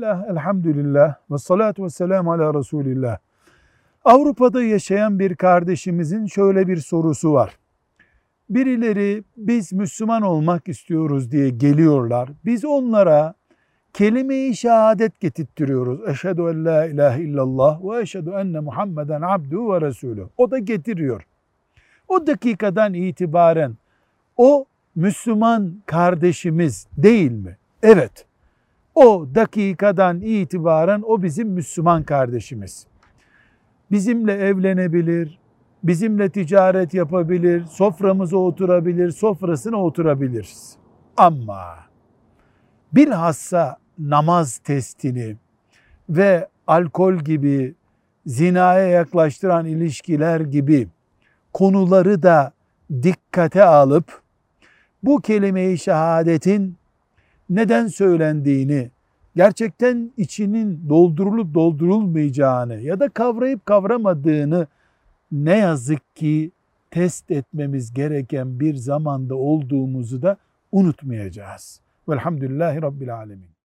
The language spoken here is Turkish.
Bismillah, elhamdülillah, ve salatu ve selamu ala Resulillah. Avrupa'da yaşayan bir kardeşimizin şöyle bir sorusu var. Birileri biz Müslüman olmak istiyoruz diye geliyorlar. Biz onlara kelime-i şehadet getirtiyoruz. Eşhedü en la ilahe illallah ve eşhedü enne Muhammeden abduhu ve resulü. O da getiriyor. O dakikadan itibaren o Müslüman kardeşimiz değil mi? Evet. O dakikadan itibaren o bizim Müslüman kardeşimiz. Bizimle evlenebilir, bizimle ticaret yapabilir, soframıza oturabilir, sofrasına oturabiliriz. Ama bilhassa namaz testini ve alkol gibi, zinaya yaklaştıran ilişkiler gibi konuları da dikkate alıp bu kelime-i şehadetin neden söylendiğini, gerçekten içinin doldurulup doldurulmayacağını ya da kavrayıp kavramadığını ne yazık ki test etmemiz gereken bir zamanda olduğumuzu da unutmayacağız. Velhamdülillahi Rabbil Alemin.